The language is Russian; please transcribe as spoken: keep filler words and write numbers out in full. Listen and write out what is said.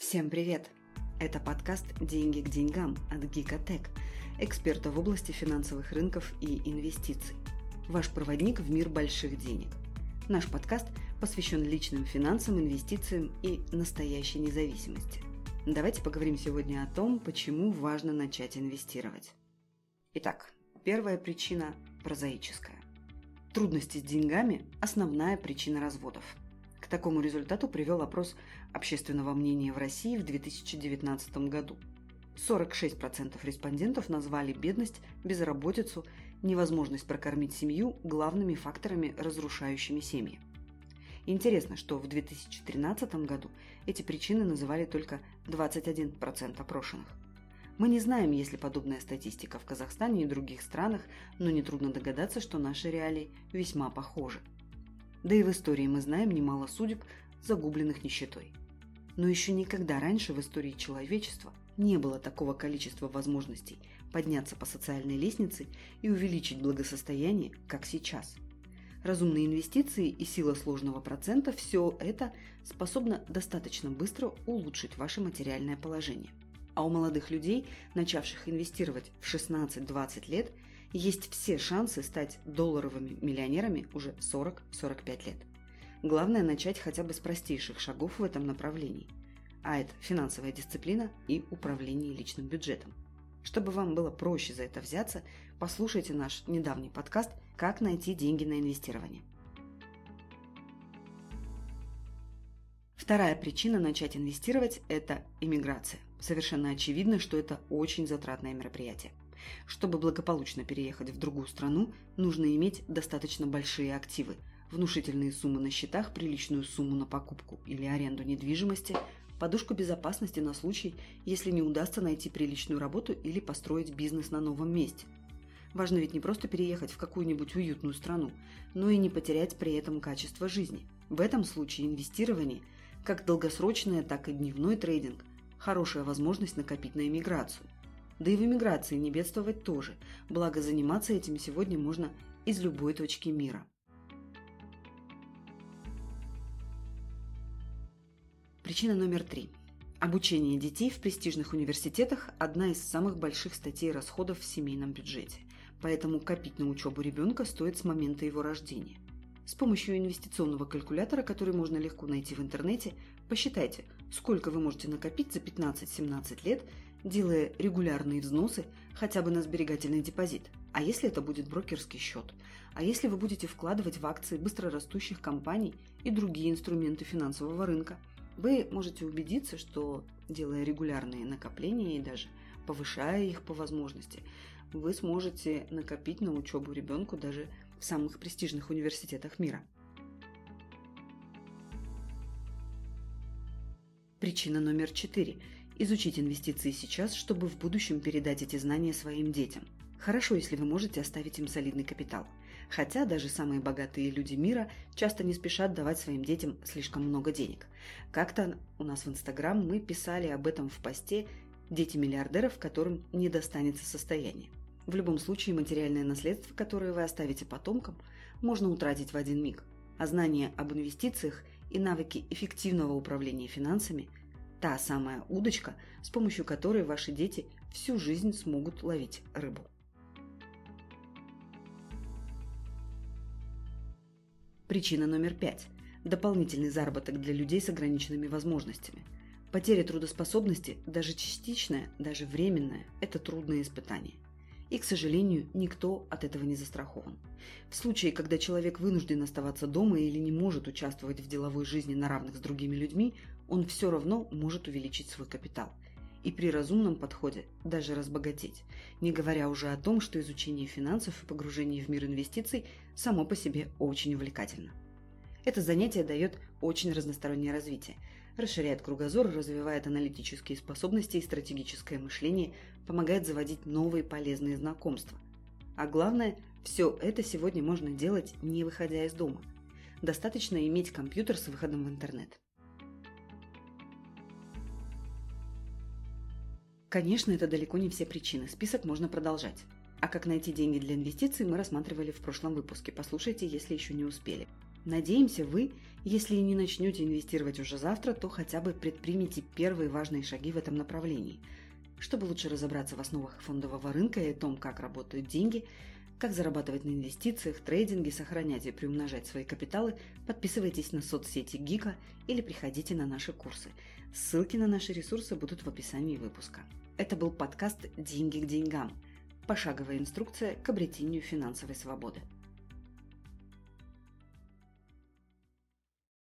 Всем привет! Это подкаст «Деньги к деньгам» от Гикотек, эксперта в области финансовых рынков и инвестиций. Ваш проводник в мир больших денег. Наш подкаст посвящен личным финансам, инвестициям и настоящей независимости. Давайте поговорим сегодня о том, почему важно начать инвестировать. Итак, первая причина прозаическая. Трудности с деньгами – основная причина разводов. К такому результату привел опрос общественного мнения в России в две тысячи девятнадцатом году. сорок шесть процентов респондентов назвали бедность, безработицу, невозможность прокормить семью главными факторами, разрушающими семьи. Интересно, что в две тысячи тринадцатом году эти причины называли только двадцать один процент опрошенных. Мы не знаем, есть ли подобная статистика в Казахстане и других странах, но нетрудно догадаться, что наши реалии весьма похожи. Да и в истории мы знаем немало судеб, загубленных нищетой. Но еще никогда раньше в истории человечества не было такого количества возможностей подняться по социальной лестнице и увеличить благосостояние, как сейчас. Разумные инвестиции и сила сложного процента – все это способно достаточно быстро улучшить ваше материальное положение. А у молодых людей, начавших инвестировать в шестнадцать-двадцать лет, есть все шансы стать долларовыми миллионерами уже в сорок-сорок пять лет. Главное начать хотя бы с простейших шагов в этом направлении. А это финансовая дисциплина и управление личным бюджетом. Чтобы вам было проще за это взяться, послушайте наш недавний подкаст «Как найти деньги на инвестирование». Вторая причина начать инвестировать – это иммиграция. Совершенно очевидно, что это очень затратное мероприятие. Чтобы благополучно переехать в другую страну, нужно иметь достаточно большие активы, внушительные суммы на счетах, приличную сумму на покупку или аренду недвижимости, подушку безопасности на случай, если не удастся найти приличную работу или построить бизнес на новом месте. Важно ведь не просто переехать в какую-нибудь уютную страну, но и не потерять при этом качество жизни. В этом случае инвестирование, как долгосрочное, так и дневной трейдинг, хорошая возможность накопить на эмиграцию. Да и в эмиграции не бедствовать тоже, благо заниматься этим сегодня можно из любой точки мира. Причина номер три. Обучение детей в престижных университетах – одна из самых больших статей расходов в семейном бюджете, поэтому копить на учебу ребенка стоит с момента его рождения. С помощью инвестиционного калькулятора, который можно легко найти в интернете, посчитайте, сколько вы можете накопить за пятнадцать-семнадцать лет, делая регулярные взносы хотя бы на сберегательный депозит. А если это будет брокерский счет? А если вы будете вкладывать в акции быстрорастущих компаний и другие инструменты финансового рынка? Вы можете убедиться, что, делая регулярные накопления и даже повышая их по возможности, вы сможете накопить на учебу ребенку даже в самых престижных университетах мира. Причина номер четыре. Изучить инвестиции сейчас, чтобы в будущем передать эти знания своим детям. Хорошо, если вы можете оставить им солидный капитал. Хотя даже самые богатые люди мира часто не спешат давать своим детям слишком много денег. Как-то у нас в Инстаграм мы писали об этом в посте «Дети миллиардеров, которым не достанется состояние». В любом случае, материальное наследство, которое вы оставите потомкам, можно утратить в один миг. А знания об инвестициях и навыки эффективного управления финансами – та самая удочка, с помощью которой ваши дети всю жизнь смогут ловить рыбу. Причина номер пять. Дополнительный заработок для людей с ограниченными возможностями. Потеря трудоспособности, даже частичная, даже временная – это трудное испытание. И, к сожалению, никто от этого не застрахован. В случае, когда человек вынужден оставаться дома или не может участвовать в деловой жизни на равных с другими людьми, он все равно может увеличить свой капитал. И при разумном подходе даже разбогатеть, не говоря уже о том, что изучение финансов и погружение в мир инвестиций само по себе очень увлекательно. Это занятие дает очень разностороннее развитие, расширяет кругозор, развивает аналитические способности и стратегическое мышление, помогает заводить новые полезные знакомства. А главное, все это сегодня можно делать, не выходя из дома. Достаточно иметь компьютер с выходом в интернет. Конечно, это далеко не все причины, список можно продолжать. А как найти деньги для инвестиций, мы рассматривали в прошлом выпуске, послушайте, если еще не успели. Надеемся, вы, если и не начнете инвестировать уже завтра, то хотя бы предпримите первые важные шаги в этом направлении. Чтобы лучше разобраться в основах фондового рынка и о том, как работают деньги, как зарабатывать на инвестициях, трейдинге, сохранять и приумножать свои капиталы, подписывайтесь на соцсети Гика или приходите на наши курсы. Ссылки на наши ресурсы будут в описании выпуска. Это был подкаст «Деньги к деньгам». Пошаговая инструкция к обретению финансовой свободы.